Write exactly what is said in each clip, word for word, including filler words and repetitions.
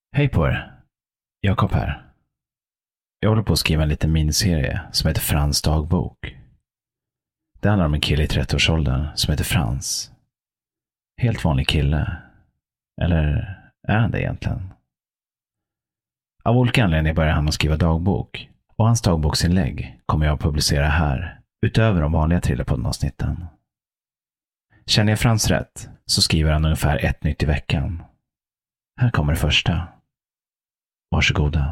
Hej på er. Jakob här. Jag håller på att skriva en liten miniserie som heter Frans dagbok. Det handlar om en kille i trettioårsåldern som heter Frans. Helt vanlig kille. Eller är han det egentligen? Av olika anledningar börjar han att skriva dagbok. Och hans dagboksinlägg kommer jag att publicera här, utöver de vanliga Thrillerpodden-avsnitten. Känner jag Frans rätt så skriver han ungefär ett nytt i veckan. Här kommer det första. Varsågoda.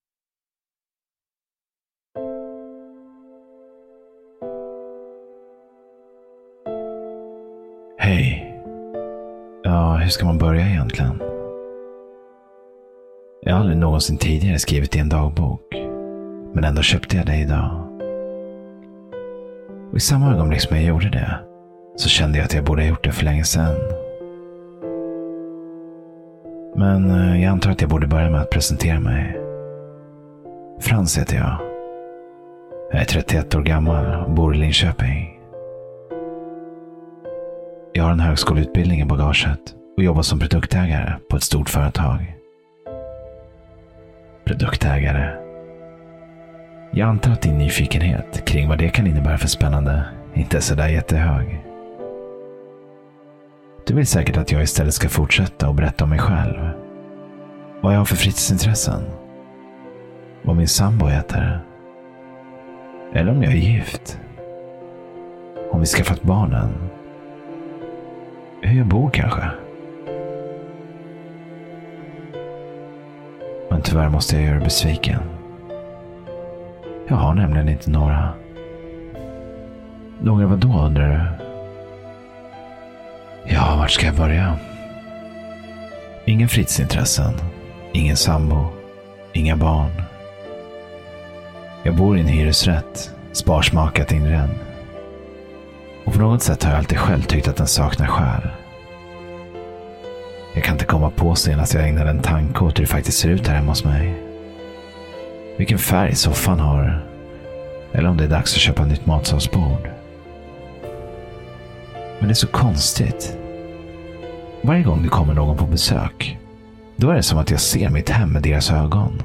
Hej. Ja, hur ska man börja egentligen? Jag har aldrig någonsin tidigare skrivit i en dagbok. Men ändå köpte jag det idag. Och i samma ögonblick som jag gjorde det så kände jag att jag borde ha gjort det för länge sedan. Men jag antar att jag borde börja med att presentera mig. Frans heter jag. Jag är trettioett år gammal och bor i Linköping. Jag har en högskoleutbildning i bagaget och jobbar som produktägare på ett stort företag. Produktägare. Jag antar att din nyfikenhet kring vad det kan innebära för spännande inte är sådär jättehög. Du vill säkert att jag istället ska fortsätta och berätta om mig själv. Vad jag har för fritidsintressen. Vad min sambo heter. Eller om jag är gift. Om vi skaffat barnen. Hur jag bor kanske. Men tyvärr måste jag göra besviken. Jag har nämligen inte några. Några vad då, undrar du? Ja, vart ska jag börja? Ingen fritidsintressen. Ingen sambo. Inga barn. Jag bor i en hyresrätt. Sparsmakat inredd. Och på något sätt har jag alltid själv tyckt att den saknar själ. Jag kan inte komma på senast jag ägnade en tanke åt hur det faktiskt ser ut här hemma hos mig. Vilken färg soffan har. Eller om det är dags att köpa ett nytt matsalsbord. Men det är så konstigt. Varje gång det kommer någon på besök, då är det som att jag ser mitt hem med deras ögon.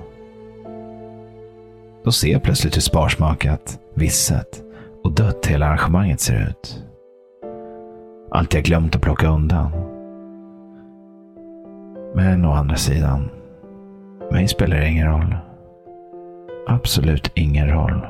Då ser jag plötsligt hur sparsmakat, visset och dött hela arrangemanget ser ut. Allt jag glömt att plocka undan. Men å andra sidan, mig spelar det ingen roll. Absolut ingen roll.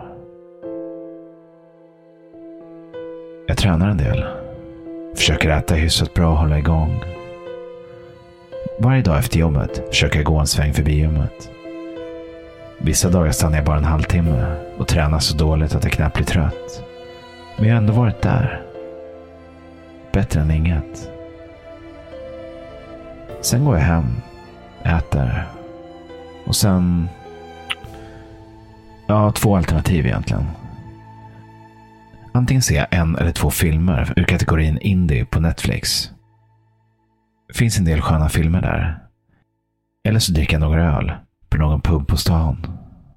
Jag tränar en del. Försöker äta hyfsat bra och hålla igång. Varje dag efter jobbet försöker jag gå en sväng förbi gymmet. Vissa dagar stannar jag bara en halvtimme och tränar så dåligt att jag knappt blir trött. Men jag har ändå varit där. Bättre än inget. Sen går jag hem, äter. Och sen... Ja, två alternativ egentligen. Antingen ser jag en eller två filmer ur kategorin indie på Netflix. Det finns en del sköna filmer där. Eller så dricker jag några öl på någon pub på stan.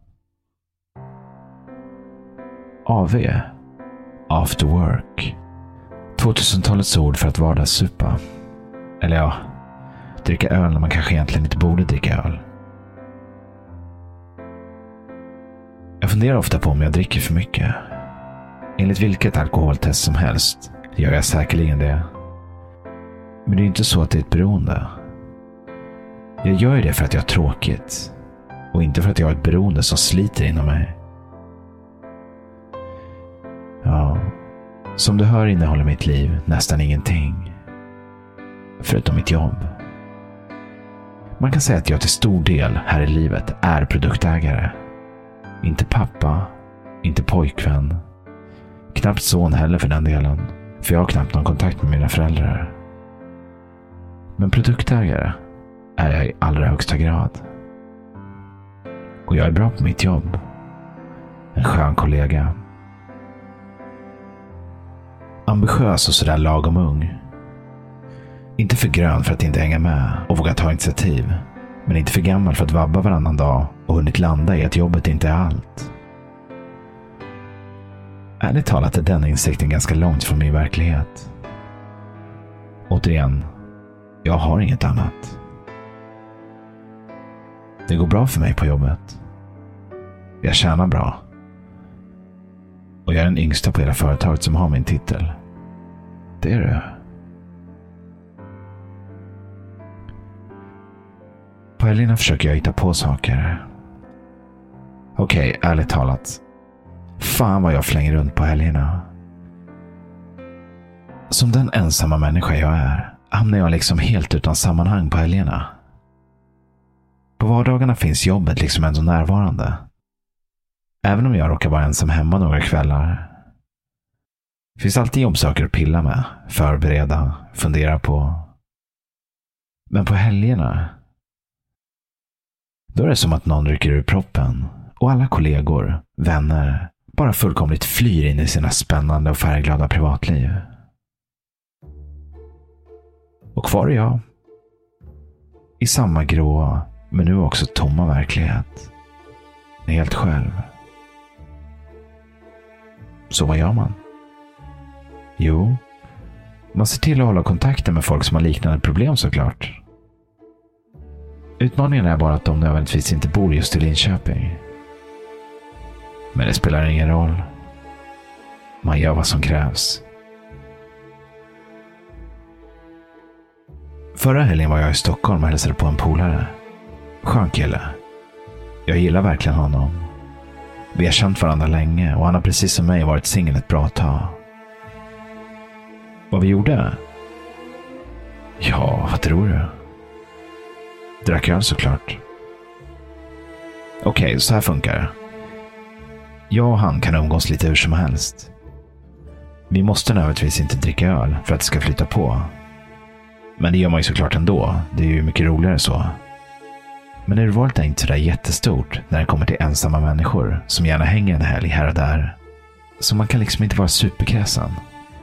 A V. After work. tvåtusentalets ord för att vardagssupa. Eller ja, dricka öl när man kanske egentligen inte borde dricka öl. Jag funderar ofta på om jag dricker för mycket. Enligt vilket alkoholtest som helst gör jag säkerligen det. Men det är inte så att det är ett beroende. Jag gör det för att jag har tråkigt. Och inte för att jag har ett beroende som sliter inom mig. Ja, som du hör innehåller mitt liv nästan ingenting. Förutom mitt jobb. Man kan säga att jag till stor del här i livet är produktägare. Inte pappa, inte pojkvän. Knappt son heller för den delen. För jag har knappt någon kontakt med mina föräldrar. Men produktägare är jag i allra högsta grad. Och jag är bra på mitt jobb. En skön kollega. Ambitiös och sådär lagom ung. Inte för grön för att inte hänga med och våga ta initiativ. Men inte för gammal för att vabba varannan dag och hunnit landa i att jobbet inte är allt. Ärligt talat är denna insikten ganska långt från min verklighet. Återigen, jag har inget annat. Det går bra för mig på jobbet. Jag tjänar bra. Och jag är den yngsta på hela företaget som har min titel. Det är du. På helgerna försöker jag hitta på saker. Okej, okay, ärligt talat. Fan vad jag flänger runt på helgerna. Som den ensamma människa jag är hamnar jag liksom helt utan sammanhang på helgerna. På vardagarna finns jobbet liksom ändå närvarande. Även om jag råkar vara ensam hemma några kvällar. Det finns alltid jobbsaker att pilla med, förbereda, fundera på. Men på helgerna, då är det som att någon rycker ur proppen och alla kollegor, vänner, bara fullkomligt flyr in i sina spännande och färgglada privatliv. Och kvar är jag. I samma gråa, men nu också tomma verklighet. Helt själv. Så vad gör man? Jo, man ser till att hålla kontakten med folk som har liknande problem såklart. Utmaningen är bara att de nödvändigtvis inte bor just i Linköping. Men det spelar ingen roll. Man gör vad som krävs. Förra helgen var jag i Stockholm och hälsade på en polare. Skön kille. Jag gillar verkligen honom. Vi har känt varandra länge och han har precis som mig varit singel ett bra tag. Vad vi gjorde? Ja, vad tror du? Drack öl såklart. Okej, okay, så här funkar det. Jag och han kan umgås lite hur som helst. Vi måste nödvändigtvis inte dricka öl för att det ska flytta på. Men det gör man ju såklart ändå. Det är ju mycket roligare så. Men urvalet är inte sådär jättestort när det kommer till ensamma människor som gärna hänger en helg här och där. Så man kan liksom inte vara superkräsen.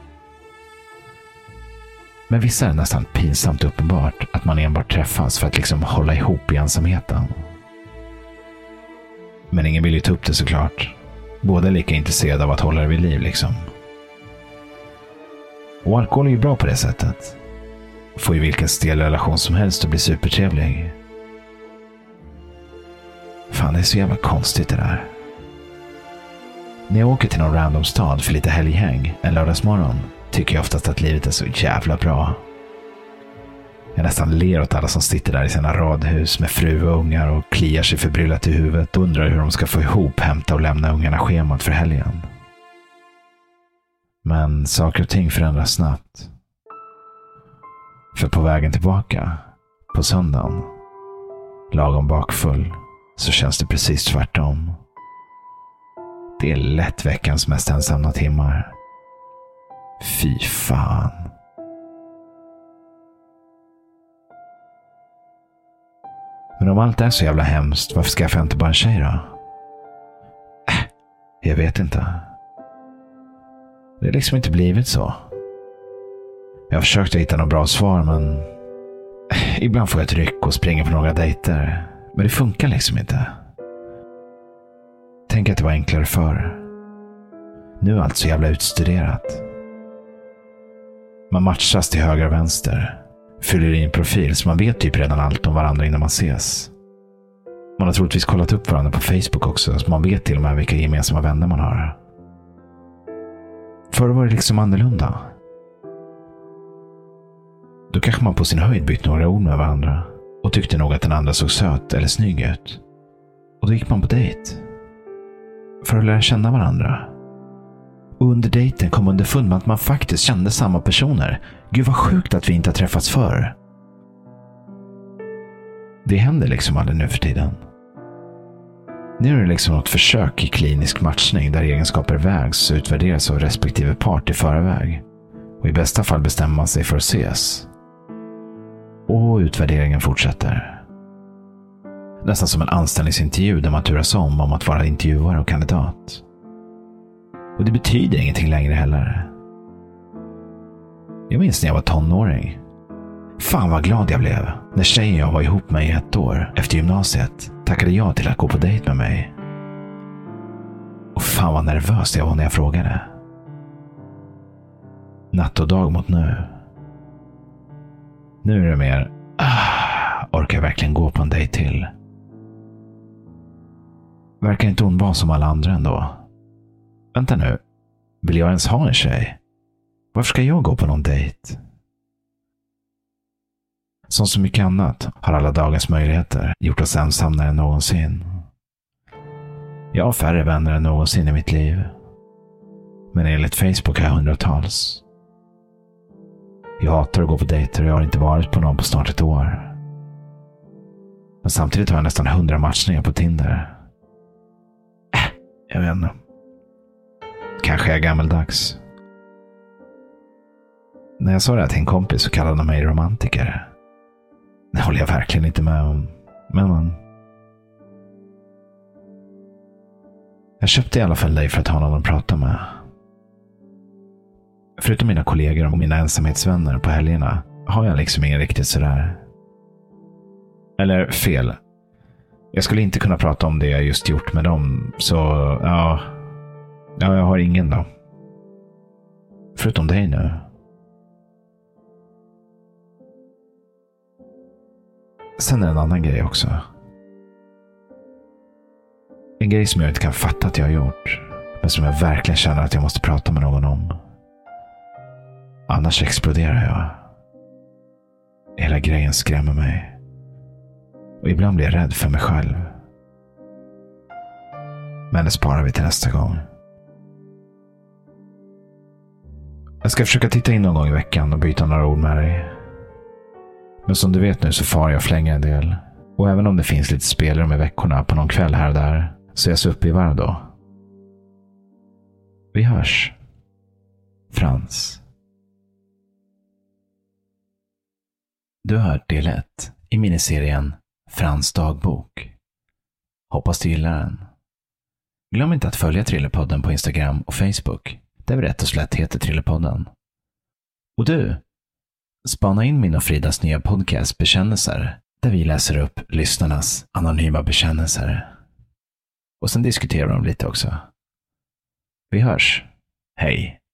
Men vissa är det nästan pinsamt uppenbart att man enbart träffas för att liksom hålla ihop i ensamheten. Men ingen vill ju ta upp det såklart. Båda är lika intresserade av att hålla det vid liv liksom. Och alkohol är ju bra på det sättet. Får ju vilken stel relation som helst att bli supertrevlig. Fan, det är så jävla konstigt det där. När jag åker till någon random stad för lite helghäng en lördagsmorgon tycker jag oftast att livet är så jävla bra. Jag nästan ler åt alla som sitter där i sina radhus med fru och ungar och kliar sig förbryllat i huvudet och undrar hur de ska få ihop, hämta och lämna ungarna schemat för helgen. Men saker och ting förändras snabbt. För på vägen tillbaka, på söndagen, lagom bakfull, så känns det precis tvärtom. Det är lätt veckans mest ensamma timmar. Fy fan. Men om allt är så jävla hemskt, varför skaffar jag inte bara en tjej då? Äh, jag vet inte. Det har liksom inte blivit så. Jag har försökt att hitta något bra svar, men äh, ibland får jag ett ryck och springer på några dejter. Men det funkar liksom inte. Tänk att det var enklare förr. Nu är allt så jävla utstuderat. Man matchas till höger och vänster. Fyller i en profil så man vet typ redan allt om varandra innan man ses. Man har troligtvis kollat upp varandra på Facebook också, så man vet till och med vilka gemensamma vänner man har. Förr var det liksom annorlunda. Då kanske man på sin höjd bytt några ord med varandra och tyckte nog att den andra såg söt eller snygg ut. Och då gick man på dejt. För att lära känna varandra. Och under dejten kom underfund med att man faktiskt kände samma personer. Gud vad sjukt att vi inte har träffats förr. Det händer liksom aldrig nu för tiden. Nu är det liksom något försök i klinisk matchning där egenskaper vägs och utvärderas av respektive part i förväg. Och i bästa fall bestämmer man sig för att ses. Och utvärderingen fortsätter. Nästan som en anställningsintervju där man turas om om att vara intervjuare och kandidat. Och det betyder ingenting längre heller. Jag minns när jag var tonåring. Fan vad glad jag blev när tjejen jag var ihop med i ett år efter gymnasiet tackade jag till att gå på dejt med mig. Och fan vad nervös jag var när jag frågade. Natt och dag mot nu. Nu är det mer, ah, orkar jag verkligen gå på en dejt till? Verkar inte hon vara som alla andra ändå? Vänta nu, vill jag ens ha en tjej? Varför ska jag gå på någon dejt? Som så mycket annat har alla dagens möjligheter gjort oss ensammare än någonsin. Jag har färre vänner än någonsin i mitt liv. Men enligt Facebook har jag hundratals. Jag hatar att gå på dejter och jag har inte varit på någon på snart ett år. Men samtidigt har jag nästan hundra matchningar på Tinder. Äh, jag vet inte. Kanske är gammaldags. När jag sa det till en kompis så kallade de mig romantiker. Det håller jag verkligen inte med om. Men man... Jag köpte i alla fall dig för att ha någon att prata med. Förutom mina kollegor och mina ensamhetsvänner på helgerna har jag liksom ingen riktigt sådär. Eller fel. Jag skulle inte kunna prata om det jag just gjort med dem. Så ja, ja jag har ingen då. Förutom dig nu. Sen är det en annan grej också. En grej som jag inte kan fatta att jag har gjort. Men som jag verkligen känner att jag måste prata med någon om. Annars exploderar jag. Hela grejen skrämmer mig. Och ibland blir jag rädd för mig själv. Men det sparar vi till nästa gång. Jag ska försöka titta in någon gång i veckan och byta några ord med dig. Men som du vet nu så far jag och flänger en del. Och även om det finns lite spelrum i veckorna på någon kväll här och där, så är jag så uppe i varv då. Vi hörs. Frans. Du har hört del ett i miniserien Frans dagbok. Hoppas du gillar den. Glöm inte att följa Thrillerpodden på Instagram och Facebook, där vi rätt och slätt heter Thrillerpodden. Och du, spana in min och Fridas nya podcast Bekännelser, där vi läser upp lyssnarnas anonyma bekännelser. Och sen diskuterar de lite också. Vi hörs. Hej!